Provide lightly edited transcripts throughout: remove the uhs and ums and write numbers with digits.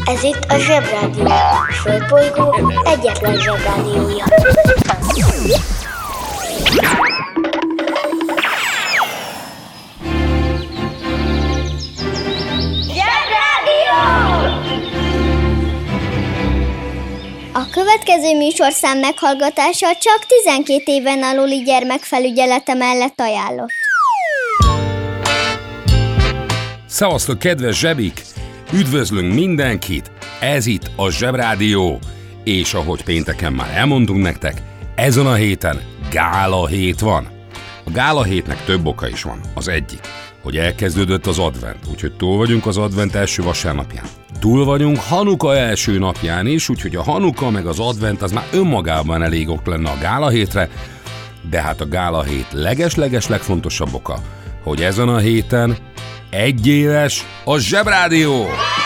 Ez itt a Zsebrádió, a Földbolygó egyetlen Zsebrádiója. A következő műsorszám meghallgatása csak 12 éven aluli gyermekfelügyelete mellett ajánlott. Szevasztok, kedves zsebik! Üdvözlünk mindenkit! Ez itt a Zsebrádió, és ahogy pénteken már elmondtunk nektek, ezen a héten gála hét van. A gála hétnek több oka is van. Az egyik, hogy elkezdődött az advent, úgyhogy túl vagyunk az advent első vasárnapján. Túl vagyunk Hanuka első napján is, úgyhogy a Hanuka meg az advent az már önmagában elég ok lenne a gála hétre, de hát a gála hét leges legfontosabb oka, hogy ezen a héten 1 éves a Zsebrádió!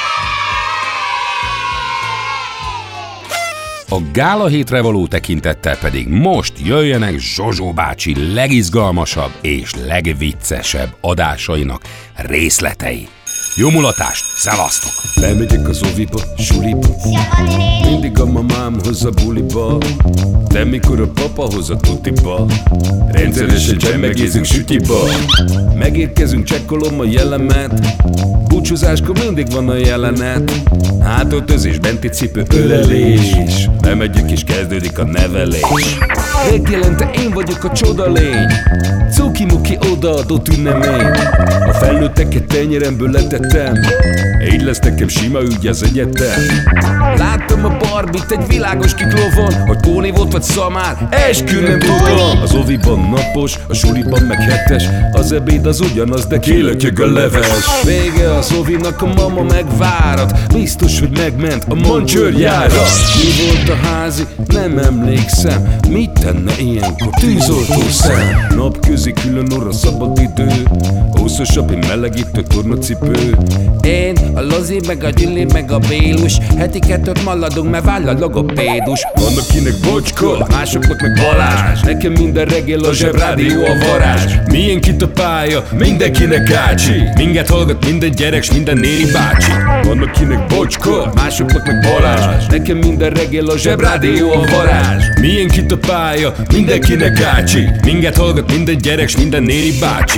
A gála hétre való tekintettel pedig most jöjjenek Zsozsó bácsi legizgalmasabb és legviccesebb adásainak részletei. Jó mulatást, szevasztok! Bemegyek az oviba, suliba, mindig a mamám hoz a buliba, de mikor a papa hoz a tutiba, rendszeresen csemmegézünk sütiba. Megérkezünk, csekkolom a jellemet, búcsúzáskor mindig van a jelenet, hátöltözés, benti cipő, ölelés, bemegyek és kezdődik a nevelés. Reggelente én vagyok a csoda lény, cuki-muki odaadott ünnemény, a felnőtteket tenyeremből letettem, így lesz nekem sima ügy az egyetem. Láttam a Barbit egy világos kiklovon, hogy Póni volt vagy szamár, eskü nem tudom. Az oviban napos, a suliban meg hetes, az ebéd az ugyanaz, de kilötyög a leves. Vége az ovinak, a mama megvárat, biztos, hogy megment a mancsőrjára. Mi volt a házi? Nem emlékszem, mit tenne ilyenkor tűzoltószem? Napközi külön orra szabad idő, húszosabb, én melegítő tornacipő. Én, a Lozi, meg a Gyüli, meg a Bélus, heti 2 maladunk, mert váll a logopédus. Vannak kinek Bocska, másoknak meg Balázs, nekem minden reggel a Zsebrádió a varázs. Milyen kit a pálya, mindenkinek ácsi, minket hallgat minden gyerek s minden néri bácsi. Vannak kinek Bocska, másoknak meg Balázs, nekem minden reggel a Zsebrádió a varázs. Milyen kit a pálya, mindenkinek ácsi, minket hallgat minden gyerek s minden néri bácsi.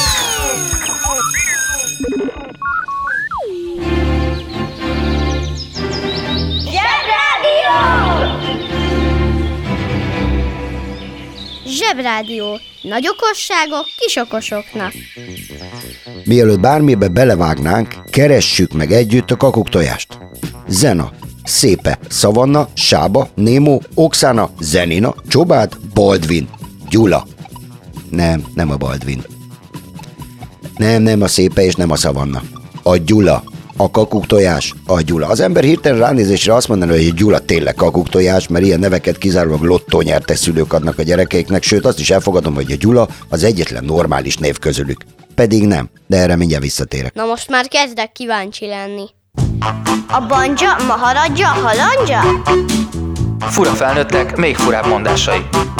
Zsebrádió. Nagy okosságok kis okosoknak. Mielőtt bármibe belevágnánk, keressük meg együtt a kakuktojást. Zena, Szépe, Szavanna, Sába, Némó, Okszana, Zenina, Csobád, Baldvin, Gyula. Nem a Baldvin. Nem a Szépe és nem a Szavanna. A Gyula. A kakuktojás, a Gyula. Az ember hirtelen ránézésre azt mondaná, hogy a Gyula tényleg kakuktojás, mert ilyen neveket kizárólag lottónyertes szülők adnak a gyerekeiknek, sőt azt is elfogadom, hogy a Gyula az egyetlen normális név közülük. Pedig nem, de erre mindjárt visszatérek. Na most már kezdek kíváncsi lenni. A banja, maharadja, halandja? Fura felnőttek, még furább mondásai.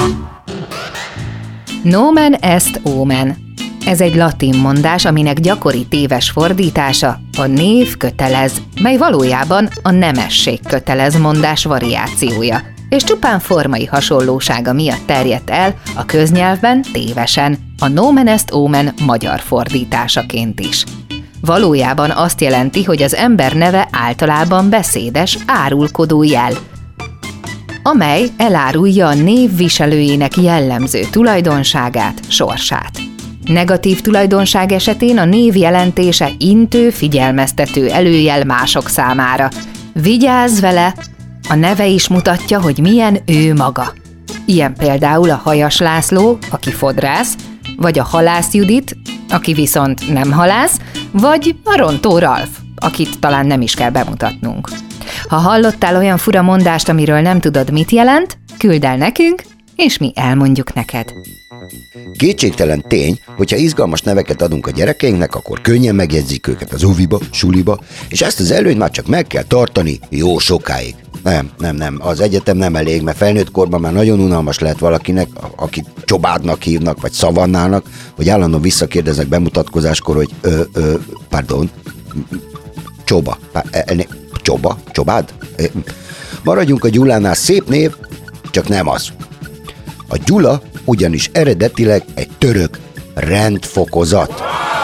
Nomen est omen. Ez egy latin mondás, aminek gyakori téves fordítása a név kötelez, mely valójában a nemesség kötelez mondás variációja, és csupán formai hasonlósága miatt terjedt el a köznyelvben tévesen, a nomen est omen magyar fordításaként is. Valójában azt jelenti, hogy az ember neve általában beszédes, árulkodó jel, amely elárulja a név viselőjének jellemző tulajdonságát, sorsát. Negatív tulajdonság esetén a név jelentése intő, figyelmeztető előjel mások számára. Vigyázz vele! A neve is mutatja, hogy milyen ő maga. Ilyen például a Hajas László, aki fodrász, vagy a Halász Judit, aki viszont nem halász, vagy a Rontó Ralf, akit talán nem is kell bemutatnunk. Ha hallottál olyan fura mondást, amiről nem tudod, mit jelent, küldd el nekünk, és mi elmondjuk neked. Kétségtelen tény, hogyha izgalmas neveket adunk a gyerekeinknek, akkor könnyen megjegyzik őket az oviba, suliba, és ezt az előnyt már csak meg kell tartani jó sokáig. Nem, az egyetem nem elég, mert felnőtt korban már nagyon unalmas lehet valakinek, akit Csobádnak hívnak, vagy Szavannának, hogy állandóan visszakérdeznek bemutatkozáskor, hogy pardon, Csoba, Csobád? Maradjunk a Gyulánál, szép név, csak nem az. A Gyula ugyanis eredetileg egy török rendfokozat.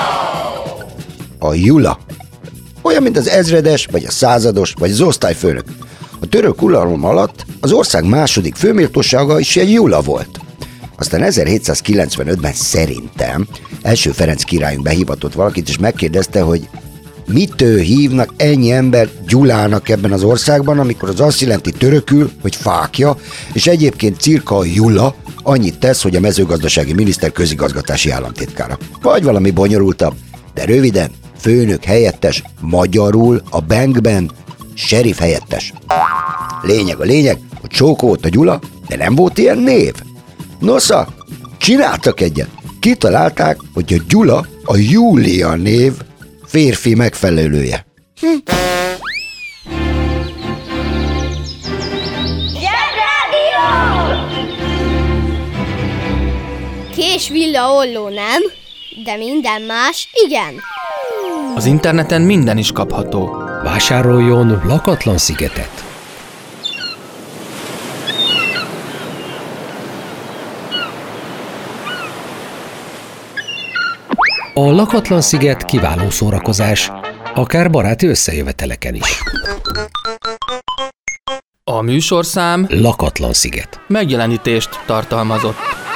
A Jula. Olyan, mint az ezredes, vagy a százados, vagy az osztályfőnök. A török uralom alatt az ország második főméltósága is egy Jula volt. Aztán 1795-ben szerintem első Ferenc királyunk behívatott valakit, és megkérdezte, hogy mitől hívnak ennyi ember Gyulának ebben az országban, amikor az azt jelenti törökül, hogy fákja, és egyébként cirka a Jula annyit tesz, hogy a mezőgazdasági miniszter közigazgatási államtitkára. Vagy valami bonyolultabb, de röviden főnök helyettes, magyarul a bankben sheriff helyettes. Lényeg a lényeg, hogy csókó volt a Gyula, de nem volt ilyen név. Nosza, csináltak egyet. Kitalálták, hogy a Gyula a Júlia név férfi megfelelője. Zsebrádió! Kés villa olló nem, de minden más igen. Az interneten minden is kapható. Vásároljon lakatlan szigetet. A lakatlan sziget kiváló szórakozás, akár baráti összejöveteleken is. A műsorszám Lakatlan sziget megjelenítést tartalmazott.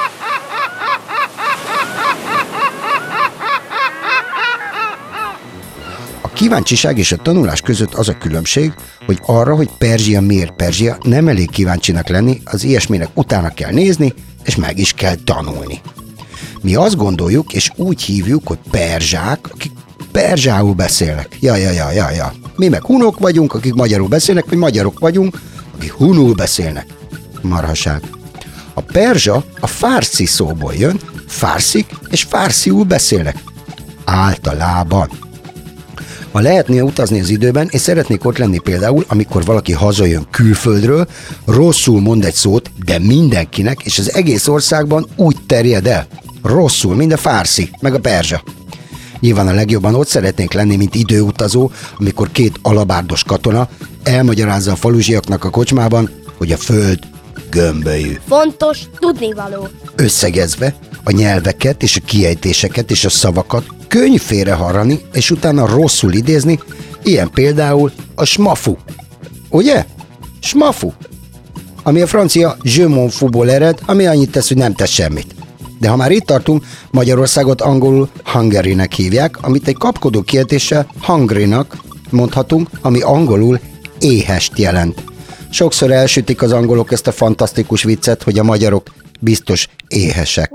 A kíváncsiság és a tanulás között az a különbség, hogy arra, hogy Perzsia miért Perzsia, nem elég kíváncsinak lenni, az ilyesminek utána kell nézni, és meg is kell tanulni. Mi azt gondoljuk, és úgy hívjuk, hogy perzsák, akik perzsául beszélnek. Ja. Mi meg hunok vagyunk, akik magyarul beszélnek, vagy magyarok vagyunk, akik hunul beszélnek. Marhaság. A perzsa a fárszi szóból jön, fárszik és fársziul beszélnek. Általában. Ha lehetne utazni az időben, és szeretnék ott lenni például, amikor valaki hazajön külföldről, rosszul mond egy szót, de mindenkinek, és az egész országban úgy terjed el. Rosszul, mind a fárszi, meg a perzsa. Nyilván a legjobban ott szeretnénk lenni, mint időutazó, amikor két alabárdos katona elmagyarázza a faluzsiaknak a kocsmában, hogy a föld gömbölyű. Fontos tudnivaló. Összegezve a nyelveket és a kiejtéseket és a szavakat könnyű félreharrani, és utána rosszul idézni, ilyen például a smafu. Ugye? Smafu. Ami a francia je m'en fous-ból ered, ami annyit tesz, hogy nem tesz semmit. De ha már itt tartunk, Magyarországot angolul Hungary-nek hívják, amit egy kapkodó kiejtéssel hungry-nak mondhatunk, ami angolul éhest jelent. Sokszor elsütik az angolok ezt a fantasztikus viccet, hogy a magyarok biztos éhesek.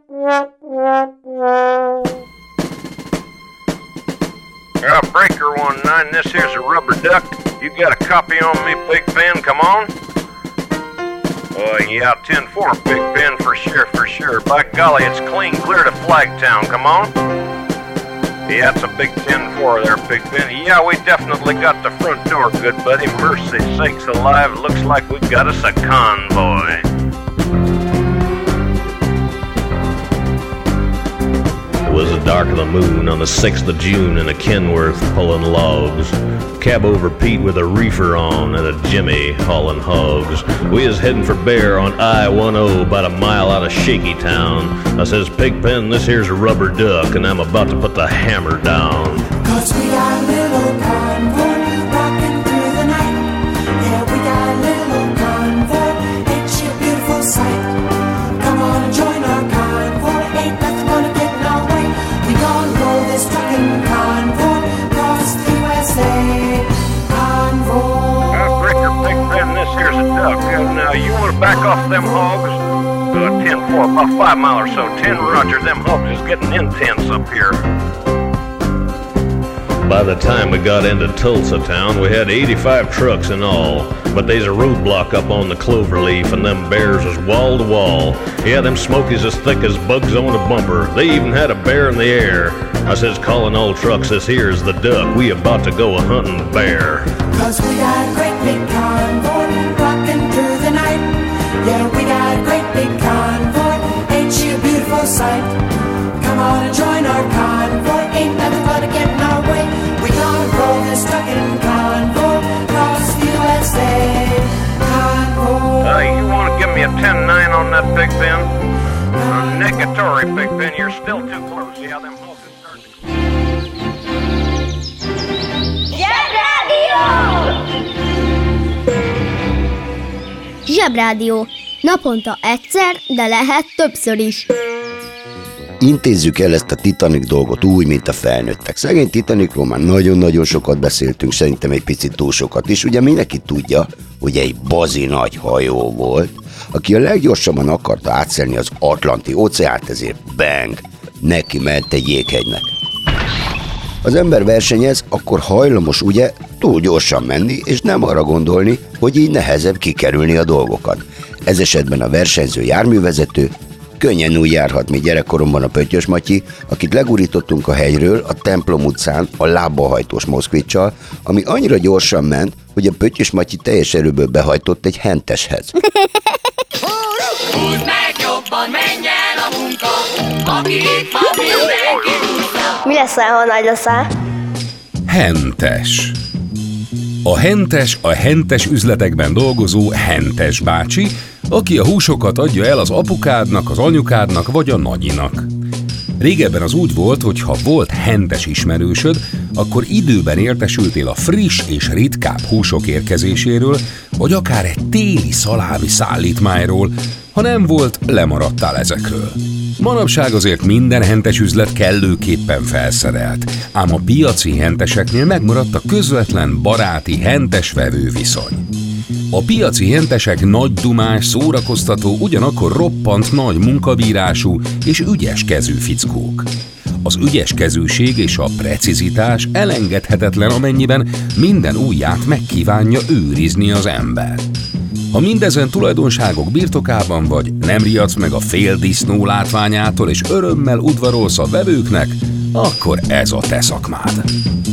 Breaker 19, this here's a rubber duck. You got a copy on me, Big Ben, come on? Yeah, 10-4, Big Ben, for sure. By golly, it's clean clear to Flagtown, come on? Yeah, it's a big 10-4 there, Big Ben. Yeah, we definitely got the front door, good buddy. Mercy sakes alive, it looks like we've got us a convoy. It was the dark of the moon on the 6th of June in a Kenworth pulling logs. Cab over Pete with a reefer on and a Jimmy hauling hogs. We is heading for Bear on I-10 about a mile out of Shaky Town. I says, Pigpen, this here's a rubber duck and I'm about to put the hammer down. 'Cause we got a little convoy rocking through the night. Yeah, we got a little convoy, ain't she a beautiful sight? Come on and join our convoy, ain't nothing gonna get in our way. We gonna roll this trucking convoy across the USA. Breaker, Big Ben, this here's a duck. Now, you want to back off them hogs? 10-4, about 5 mile or so. 10 Roger, them hogs is getting intense up here. By the time we got into Tulsa town, we had 85 trucks in all. But there's a roadblock up on the Cloverleaf, and them bears was wall to wall. Yeah, them smokies as thick as bugs on a bumper. They even had a bear in the air. I says, calling all trucks, this here's the duck. We about to go a-hunting the bear. 'Cause we got a great big convoy rocking through the night. Yeah, we got a great big convoy, ain't she a beautiful sight? Come on and join our convoy, ain't nothing gonna get in our way. We gonna roll this trucking convoy Negatory, Big Ben. You're still too close. See how them holes are starting to... Zsebrádió! Zsebrádió. Naponta egyszer, de lehet többször is. Intézzük el ezt a Titanic dolgot úgy, mint a felnőttek. Szegény Titanicról már nagyon-nagyon sokat beszéltünk, szerintem egy picit túl sokat is. Ugye mindenki tudja, hogy egy bazi nagy hajó volt, aki a leggyorsabban akarta átszelni az Atlanti óceánt, ezért bang, neki ment egy jéghegynek. Az ember versenyez, akkor hajlamos ugye túl gyorsan menni, és nem arra gondolni, hogy így nehezebb kikerülni a dolgokat. Ez esetben a versenyző járművezető könnyen úgy járhat, mint gyerekkoromban a Pöttyös Matyi, akit legurítottunk a hegyről a Templom utcán a lábbahajtós Moszkvicsal, ami annyira gyorsan ment, hogy a Pöttyös Matyi teljes erőből behajtott egy henteshez. Húzd meg jobban, menj el a munka, aki itt van, mindenki húzza. Mi leszel, ha nagy leszel? Hentes. A hentes üzletekben dolgozó hentes bácsi, aki a húsokat adja el az apukádnak, az anyukádnak vagy a nagyinak. Régebben az úgy volt, hogy ha volt hentes ismerősöd, akkor időben értesültél a friss és ritkább húsok érkezéséről, vagy akár egy téli szalámi szállítmányról, ha nem volt, lemaradtál ezekről. Manapság azért minden hentes üzlet kellőképpen felszerelt, ám a piaci henteseknél megmaradt a közvetlen baráti hentes-vevő viszony. A piaci hentesek nagy dumás, szórakoztató, ugyanakkor roppant nagy munkabírású és ügyes kezű fickók. Az ügyes kezűség és a precizitás elengedhetetlen, amennyiben minden ujját megkívánja őrizni az ember. Ha mindezen tulajdonságok birtokában vagy, nem riadsz meg a fél disznó látványától és örömmel udvarolsz a vevőknek, akkor ez a te szakmád.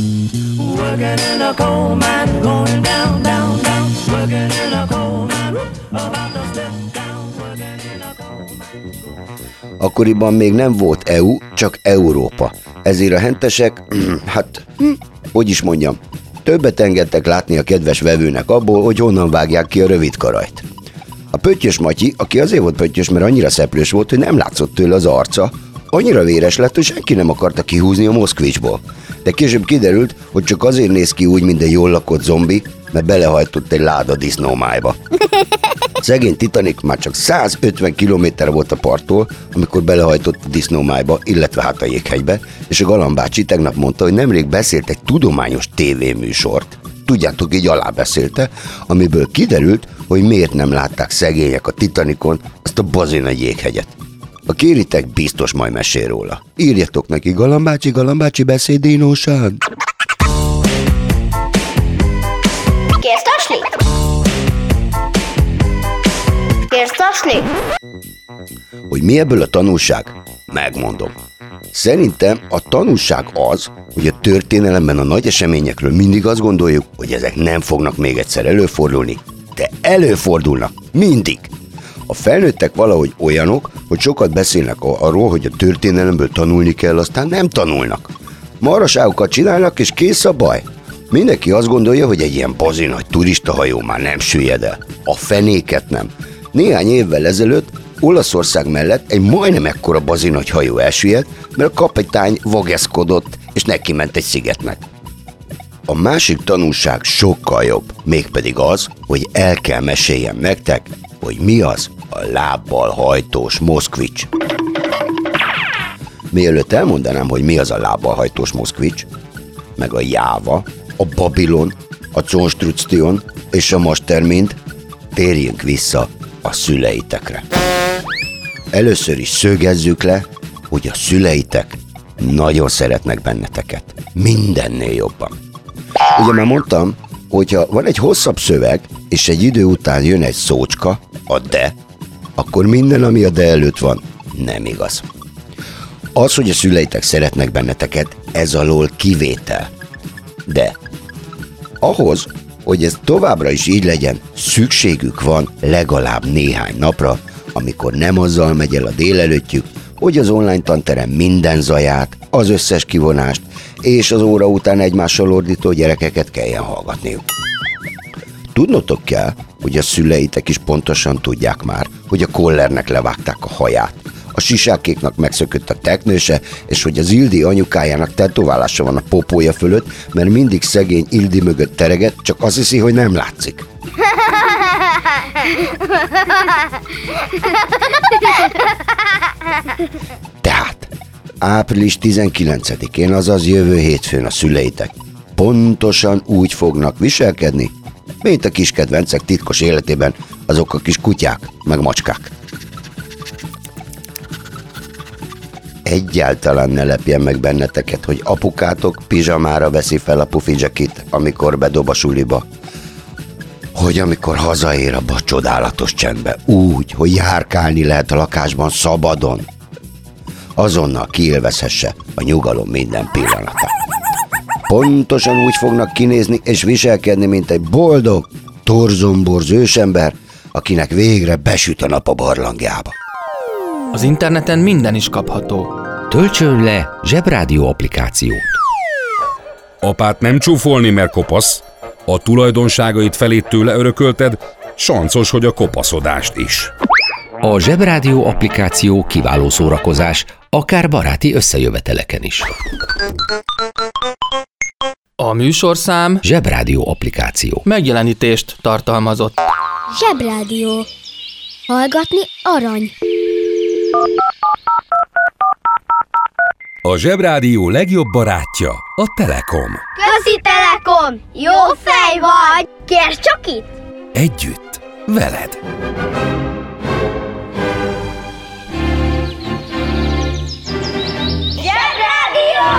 Akkoriban még nem volt EU, csak Európa. Ezért a hentesek, hogy is mondjam, többet engedtek látni a kedves vevőnek abból, hogy honnan vágják ki a rövid karajt. A Pöttyös Matyi, aki azért volt pöttyös, mert annyira szeplős volt, hogy nem látszott tőle az arca, annyira véres lett, hogy senki nem akarta kihúzni a Moszkvicsból. De később kiderült, hogy csak azért néz ki úgy, mint egy jól lakott zombi, mert belehajtott egy láda disznómájba. Szegény Titanic már csak 150 kilométerre volt a parttól, amikor belehajtott a disznómájba, illetve hát a jéghegybe, és a galambácsi tegnap mondta, hogy nemrég beszélt egy tudományos tévéműsort. Tudjátok, így alábeszélte, amiből kiderült, hogy miért nem látták szegények a Titanicon azt a bazinagy jéghegyet. Ha kéritek, biztos majd mesél róla. Írjatok neki, galambácsi, beszéd dinóság. Kérsz tasni? Kérsz tasni? Hogy mi ebből a tanulság? Megmondom. Szerintem a tanulság az, hogy a történelemben a nagy eseményekről mindig azt gondoljuk, hogy ezek nem fognak még egyszer előfordulni, de előfordulnak. Mindig. A felnőttek valahogy olyanok, hogy sokat beszélnek arról, hogy a történelemből tanulni kell, aztán nem tanulnak. Maraságokat csinálnak, és kész a baj. Mindenki azt gondolja, hogy egy ilyen bazinagy turistahajó már nem süllyed el. A fenéket nem. Néhány évvel ezelőtt Olaszország mellett egy majdnem ekkora bazinagy hajó elsüllyedt, mert a kapitány vageszkodott, és neki ment egy szigetnek. A másik tanulság sokkal jobb, mégpedig az, hogy el kell meséljem nektek, hogy mi az a lábbal hajtós Moszkvics. Mielőtt elmondanám, hogy mi az a lábbal hajtós Moszkvics, meg a Jáva, a Babilon, a Construktion és a Mastermind, térjünk vissza a szüleitekre. Először is szögezzük le, hogy a szüleitek nagyon szeretnek benneteket. Mindennél jobban. Ugye már mondtam, hogyha van egy hosszabb szöveg, és egy idő után jön egy szócska, a de, akkor minden, ami a de előtt van, nem igaz. Az, hogy a szüleitek szeretnek benneteket, ez alól kivétel. De ahhoz, hogy ez továbbra is így legyen, szükségük van legalább néhány napra, amikor nem azzal megy el a délelőttjük, hogy az online tanterem minden zaját, az összes kivonást és az óra után egymással ordító gyerekeket kelljen hallgatniuk. Tudnotok kell, hogy a szüleitek is pontosan tudják már, hogy a Kollernek levágták a haját, a sisákéknak megszökött a teknőse, és hogy az Ildi anyukájának tetoválása van a popója fölött, mert mindig szegény Ildi mögött tereget, csak azt hiszi, hogy nem látszik. Tehát, április 19-én, azaz jövő hétfőn a szüleitek pontosan úgy fognak viselkedni, mint a kis kedvencek titkos életében azok a kis kutyák, meg macskák. Egyáltalán ne lepjen meg benneteket, hogy apukátok pizsamára veszi fel a pufidzsekit, amikor bedob a suliba. Hogy amikor hazaér abba a csodálatos csendbe, úgy, hogy járkálni lehet a lakásban szabadon, azonnal kiélvezhesse a nyugalom minden pillanatát. Pontosan úgy fognak kinézni és viselkedni, mint egy boldog, torzomborz ősember, akinek végre besüt a nap a barlangjába. Az interneten minden is kapható. Töltsön le Zsebrádió applikációt. Apát nem csúfolni, mert kopasz. A tulajdonságait felét tőle örökölted, sancos, hogy a kopaszodást is. A Zsebrádió applikáció kiváló szórakozás, akár baráti összejöveteleken is. A műsorszám Zsebrádió applikáció megjelenítést tartalmazott. Zsebrádió. Hallgatni arany. A Zsebrádió legjobb barátja a Telekom. Közi Telekom! Jó fej vagy! Kérd csak itt! Együtt, veled. Zsebrádió!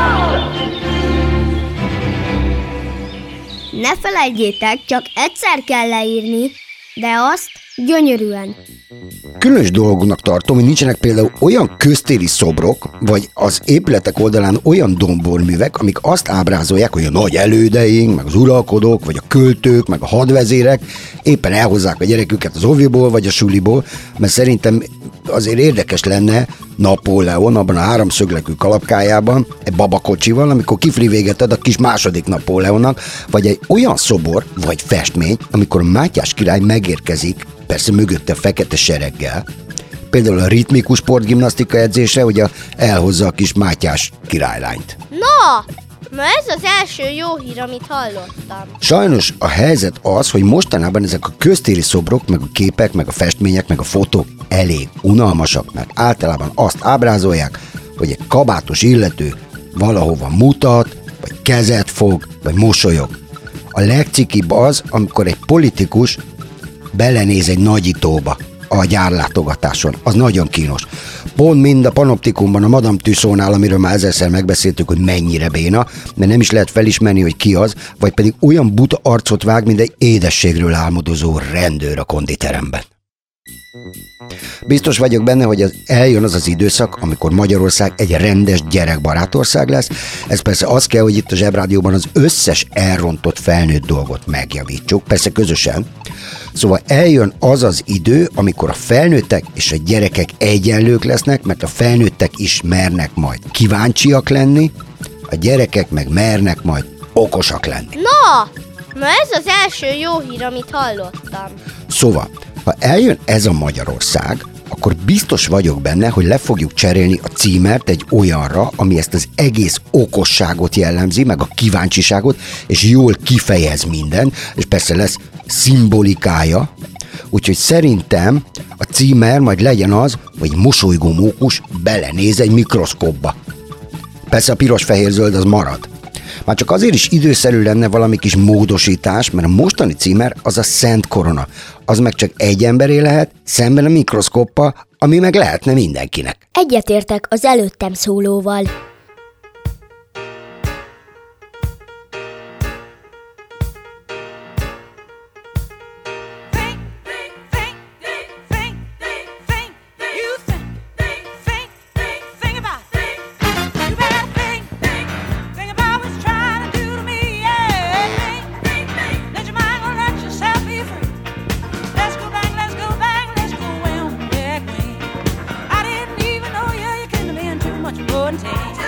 Ne felejtjétek, csak egyszer kell leírni, de azt gyönyörűen. Különös dolognak tartom, hogy nincsenek például olyan köztéri szobrok, vagy az épületek oldalán olyan domborművek, amik azt ábrázolják, hogy a nagy elődeink, meg az uralkodók, vagy a költők, meg a hadvezérek éppen elhozzák a gyereküket az oviból, vagy a suliból, mert szerintem azért érdekes lenne Napóleon abban a háromszöglekű kalapkájában, egy babakocsival, amikor kiflivégeted a kis második Napóleonnak, vagy egy olyan szobor, vagy festmény, amikor Mátyás király megérkezik, persze mögötte fekete sereggel, például a ritmikus sportgimnasztika edzésre, hogy elhozza a kis Mátyás királylányt. Na, ez az első jó hír, amit hallottam. Sajnos a helyzet az, hogy mostanában ezek a köztéri szobrok, meg a képek, meg a festmények, meg a fotók elég unalmasak, mert általában azt ábrázolják, hogy egy kabátos illető valahova mutat, vagy kezet fog, vagy mosolyog. A legcikibb az, amikor egy politikus belenéz egy nagyítóba a gyárlátogatáson. Az nagyon kínos. Pont mind a Panoptikumban, a Madame Tussaudsnál, amiről már ezerszer megbeszéltük, hogy mennyire béna, mert nem is lehet felismerni, hogy ki az, vagy pedig olyan buta arcot vág, mint egy édességről álmodozó rendőr a konditeremben. Biztos vagyok benne, hogy eljön az az időszak, amikor Magyarország egy rendes gyerekbarát ország lesz. Ez persze az kell, hogy itt a Zsebrádióban az összes elrontott felnőtt dolgot megjavítsuk, persze közösen. Szóval eljön az az idő, amikor a felnőttek és a gyerekek egyenlők lesznek, mert a felnőttek is mernek majd kíváncsiak lenni, a gyerekek meg mernek majd okosak lenni. Na, ez az első jó hír, amit hallottam. Szóval, ha eljön ez a Magyarország, akkor biztos vagyok benne, hogy le fogjuk cserélni a címert egy olyanra, ami ezt az egész okosságot jellemzi, meg a kíváncsiságot, és jól kifejez minden, és persze lesz szimbolikája, úgyhogy szerintem a címer majd legyen az, hogy mosolygó mókus belenéz egy mikroszkópba. Persze a piros-fehér-zöld az marad. Már csak azért is időszerű lenne valami kis módosítás, mert a mostani címer az a Szent Korona. Az meg csak egy emberé lehet, szemben a mikroszkóppal, ami meg lehetne mindenkinek. Egyetértek az előttem szólóval. Let's go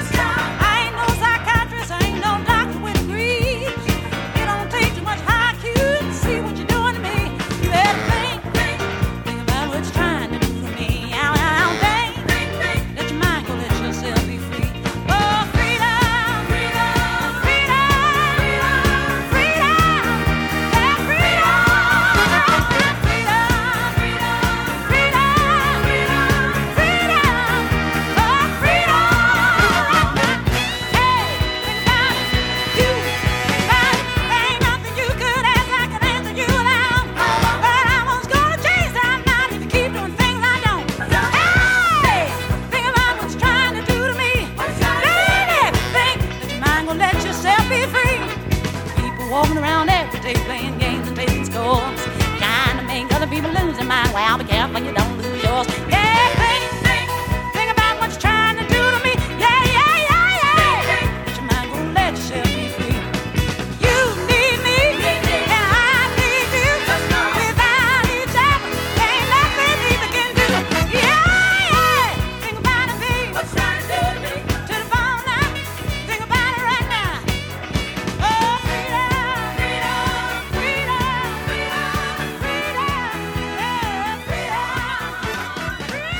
losing mine. Well, be careful you don't lose yours. Yeah, think about what you're trying to do to me. Yeah, but your mind won't let yourself be free. You need me, and I need you. Without each other, ain't nothing either can do. Yeah, think about it, babe. What you trying to do to me? To the phone now. Think about it right now. Oh, freedom, freedom, freedom, freedom, freedom, yeah, freedom.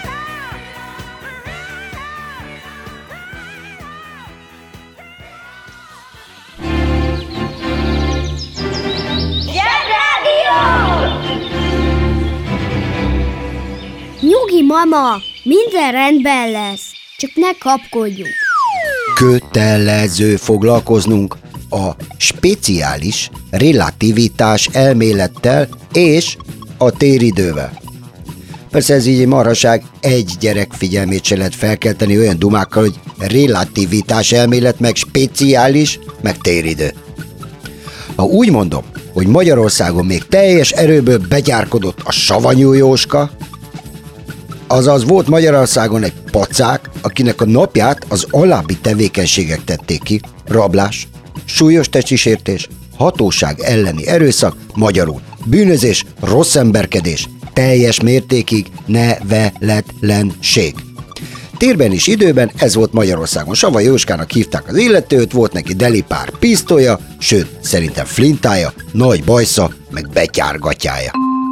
Nyugi, mama, minden rendben lesz. Csak ne kapkodjunk. Kötelező foglalkoznunk a speciális relativitás elmélettel és a téridővel. Persze ez így egy marhaság, egy gyerek figyelmét se lehet felkelteni olyan dumákkal, hogy relativitás elmélet, meg speciális, meg téridő. Ha úgy mondom, hogy Magyarországon még teljes erőből begyárkodott a savanyú Jóska, azaz volt Magyarországon egy pacák, akinek a napját az alábbi tevékenységek tették ki: rablás, súlyos testsértés, hatóság elleni erőszak, magyarul bűnözés, rossz emberkedés, teljes mértékig neveletlenség. Térben és időben ez volt Magyarországon. Savanyú Jóskának hívták az illetőt, volt neki delipár pisztolya, sőt, szerintem flintája, nagy bajsza, meg betyárgatyája.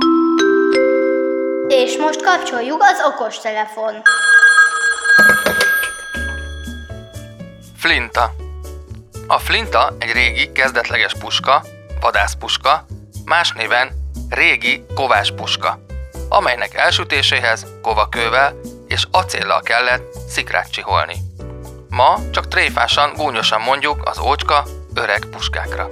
És most kapcsoljuk az okostelefon. Flinta. A flinta egy régi, kezdetleges puska, vadászpuska, más néven régi kováspuska, amelynek elsütéséhez kovakővel és acéllal kellett szikrát csiholni. Ma csak tréfásan, gúnyosan mondjuk az ócska, öreg puskákra.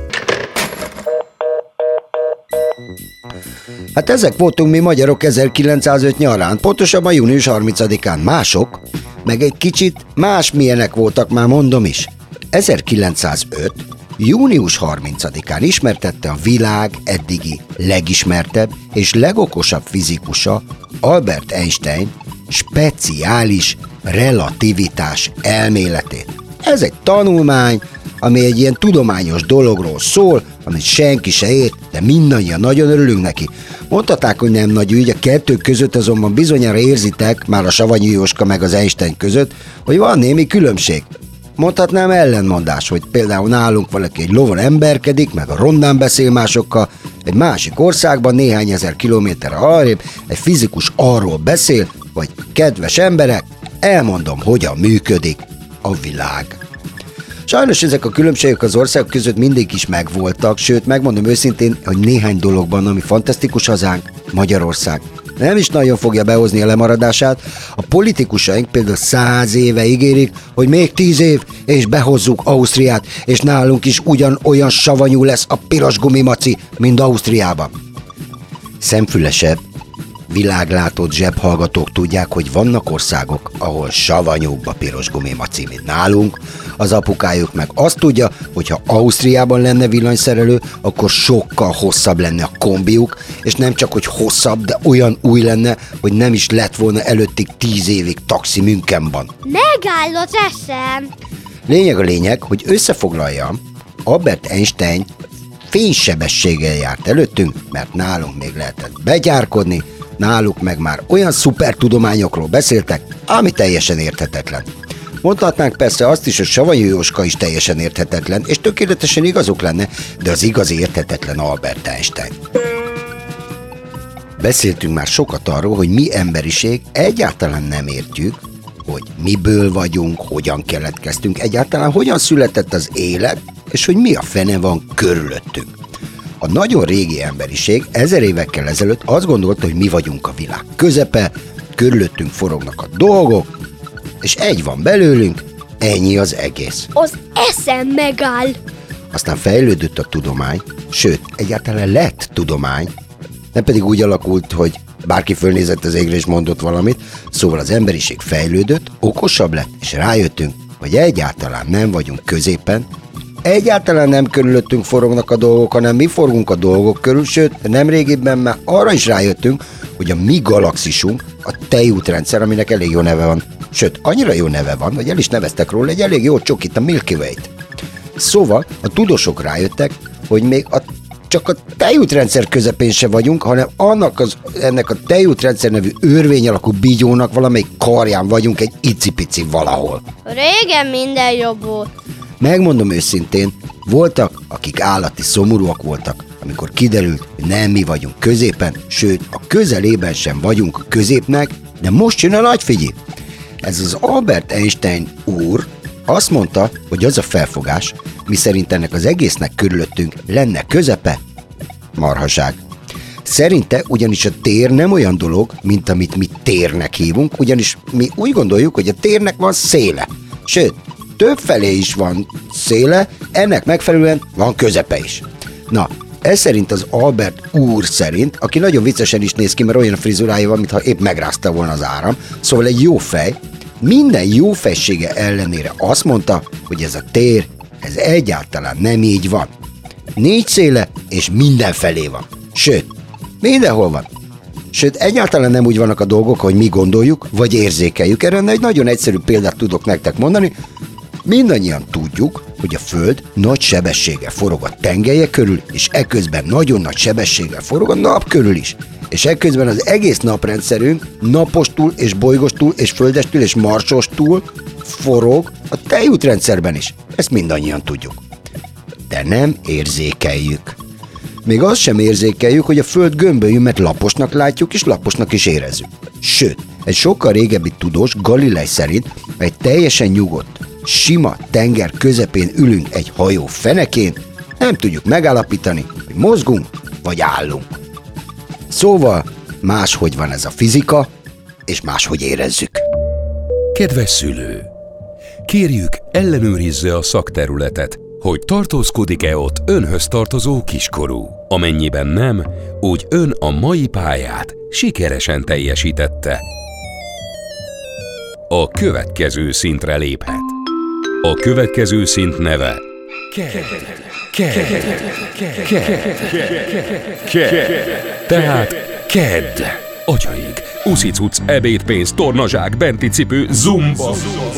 Hát ezek voltunk mi magyarok 1905 nyarán, pontosabban június 30-án. Mások, meg egy kicsit másmilyenek voltak, már mondom is. 1905. június 30-án ismertette a világ eddigi legismertebb és legokosabb fizikusa, Albert Einstein, speciális relativitás elméletét. Ez egy tanulmány, ami egy ilyen tudományos dologról szól, amit senki se ért, de mindannyian nagyon örülünk neki. Mondhatták, hogy nem nagy ügy, a kettő között azonban bizonyára érzitek, már a Savanyú Jóska meg az Einstein között, hogy van némi különbség. Mondhatnám ellenmondás, hogy például nálunk valaki egy lovon emberkedik, meg a rondán beszél másokkal, egy másik országban néhány ezer kilométerre arrébb egy fizikus arról beszél, hogy kedves emberek, elmondom, hogyan működik a világ. Sajnos ezek a különbségek az országok között mindig is megvoltak, sőt, megmondom őszintén, hogy néhány dologban, ami fantasztikus hazánk, Magyarország, nem is nagyon fogja behozni a lemaradását. A politikusaink például 100 éve ígérik, hogy még 10 év, és behozzuk Ausztriát, és nálunk is ugyanolyan savanyú lesz a piros gumimaci, mint Ausztriában. Szemfülesebb, világlátott zsebhallgatók tudják, hogy vannak országok, ahol savanyúbb a piros gumimaci, mint nálunk. Az apukájuk meg azt tudja, hogy ha Ausztriában lenne villanyszerelő, akkor sokkal hosszabb lenne a kombiuk, és nem csak, hogy hosszabb, de olyan új lenne, hogy nem is lett volna előttig 10 évig taxi Münchenben. Megáll az eszem! Lényeg a lényeg, hogy összefoglaljam, Albert Einstein fénysebességgel járt előttünk, mert nálunk még lehetett begyárkodni, náluk meg már olyan szuper tudományokról beszéltek, ami teljesen érthetetlen. Mondhatnánk persze azt is, hogy Savanyú Jóska is teljesen érthetetlen, és tökéletesen igazuk lenne, de az igazi érthetetlen Albert Einstein. Beszéltünk már sokat arról, hogy mi emberiség egyáltalán nem értjük, hogy miből vagyunk, hogyan keletkeztünk, egyáltalán hogyan született az élet, és hogy mi a fene van körülöttünk. A nagyon régi emberiség 1000 évekkel ezelőtt azt gondolta, hogy mi vagyunk a világ közepe, körülöttünk forognak a dolgok, és egy van belőlünk, ennyi az egész. Az eszem megáll! Aztán fejlődött a tudomány, sőt, egyáltalán lett tudomány, nem pedig úgy alakult, hogy bárki fölnézett az égre és mondott valamit, szóval az emberiség fejlődött, okosabb lett, és rájöttünk, hogy egyáltalán nem vagyunk középen, Egyáltalán nem körülöttünk forognak a dolgok, hanem mi forgunk a dolgok körül, sőt, nemrégiben már arra is rájöttünk, hogy a mi galaxisunk a tejútrendszer, aminek elég jó neve van. Sőt, annyira jó neve van, hogy el is neveztek róla egy elég jó csokit, a Milky Way-t. Szóval a tudósok rájöttek, hogy még csak a tejútrendszer közepén se vagyunk, hanem ennek a tejútrendszer nevű örvény alakú bígyónak valamelyik karján vagyunk egy icipici valahol. Régen minden jobb volt. Megmondom őszintén, voltak, akik állati szomorúak voltak, amikor kiderült, hogy nem mi vagyunk középen, sőt, a közelében sem vagyunk a középnek, de most jön a nagy figyi. Ez az Albert Einstein úr azt mondta, hogy az a felfogás, miszerint ennek az egésznek körülöttünk lenne közepe, marhaság. Szerinte ugyanis a tér nem olyan dolog, mint amit mi térnek hívunk, ugyanis mi úgy gondoljuk, hogy a térnek van széle. Sőt, többfelé is van széle, ennek megfelelően van közepe is. Na, ez szerint az Albert úr szerint, aki nagyon viccesen is néz ki, mert olyan frizurája van, mintha épp megrázta volna az áram, szóval egy jó fej, minden jó fejsége ellenére azt mondta, hogy ez a tér, ez egyáltalán nem így van. 4 széle, és mindenfelé van. Sőt, mindenhol van. Sőt, egyáltalán nem úgy vannak a dolgok, hogy mi gondoljuk, vagy érzékeljük. Erre egy nagyon egyszerű példát tudok nektek mondani. Mindannyian tudjuk, hogy a Föld nagy sebességgel forog a tengelye körül, és eközben nagyon nagy sebességgel forog a nap körül is. És ekközben az egész naprendszerünk napostól és bolygostól és földestől és marsostól forog a tejútrendszerben is. Ezt mindannyian tudjuk. De nem érzékeljük. Még azt sem érzékeljük, hogy a Föld gömbölyű, mert laposnak látjuk és laposnak is érezzük. Sőt, egy sokkal régebbi tudós, Galilei szerint egy teljesen nyugodt, sima tenger közepén ülünk egy hajó fenekén, nem tudjuk megállapítani, hogy mozgunk vagy állunk. Szóval máshogy van ez a fizika, és máshogy érezzük. Kedves szülő! Kérjük, ellenőrizze a szakterületet, hogy tartózkodik-e ott önhöz tartozó kiskorú. Amennyiben nem, úgy ön a mai pályát sikeresen teljesítette. A következő szintre léphet. A következő szint neve Tehát kedd. Agyaig, uszicuc, ebédpénz, tornazsák, benti cipő, zumba.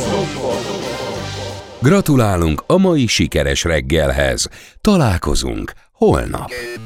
Gratulálunk a mai sikeres reggelhez. Találkozunk holnap.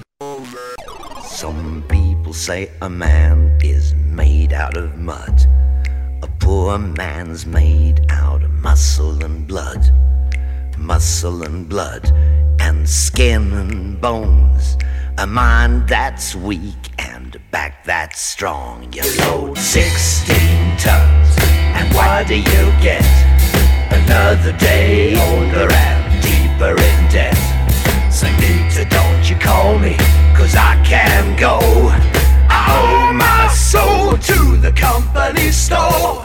Some people say a man is made out of mud. A poor man's made out of muscle and blood. Muscle and blood and skin and bones. A mind that's weak and a back that's strong. You load 16 tons and what do you get? Another day older and deeper in debt. Sanita, don't you call me, 'cause I can't go. I owe my soul to the company store.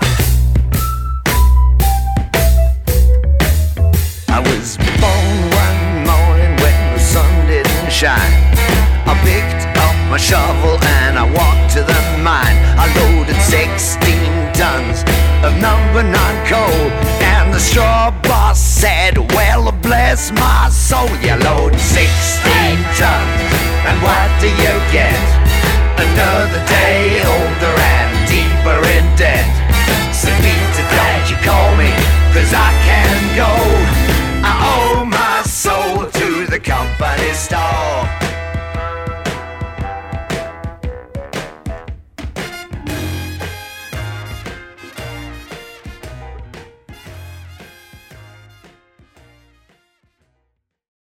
I was born one morning when the sun didn't shine. I picked up my shovel and I walked to the mine. I loaded 16 tons of number 9 coal, and the straw boss said, well, bless my soul. You load 16 tons, and what do you get? Another day older and deeper in debt. So Peter, don't you call me, 'cause I can't go. I owe my soul to the company.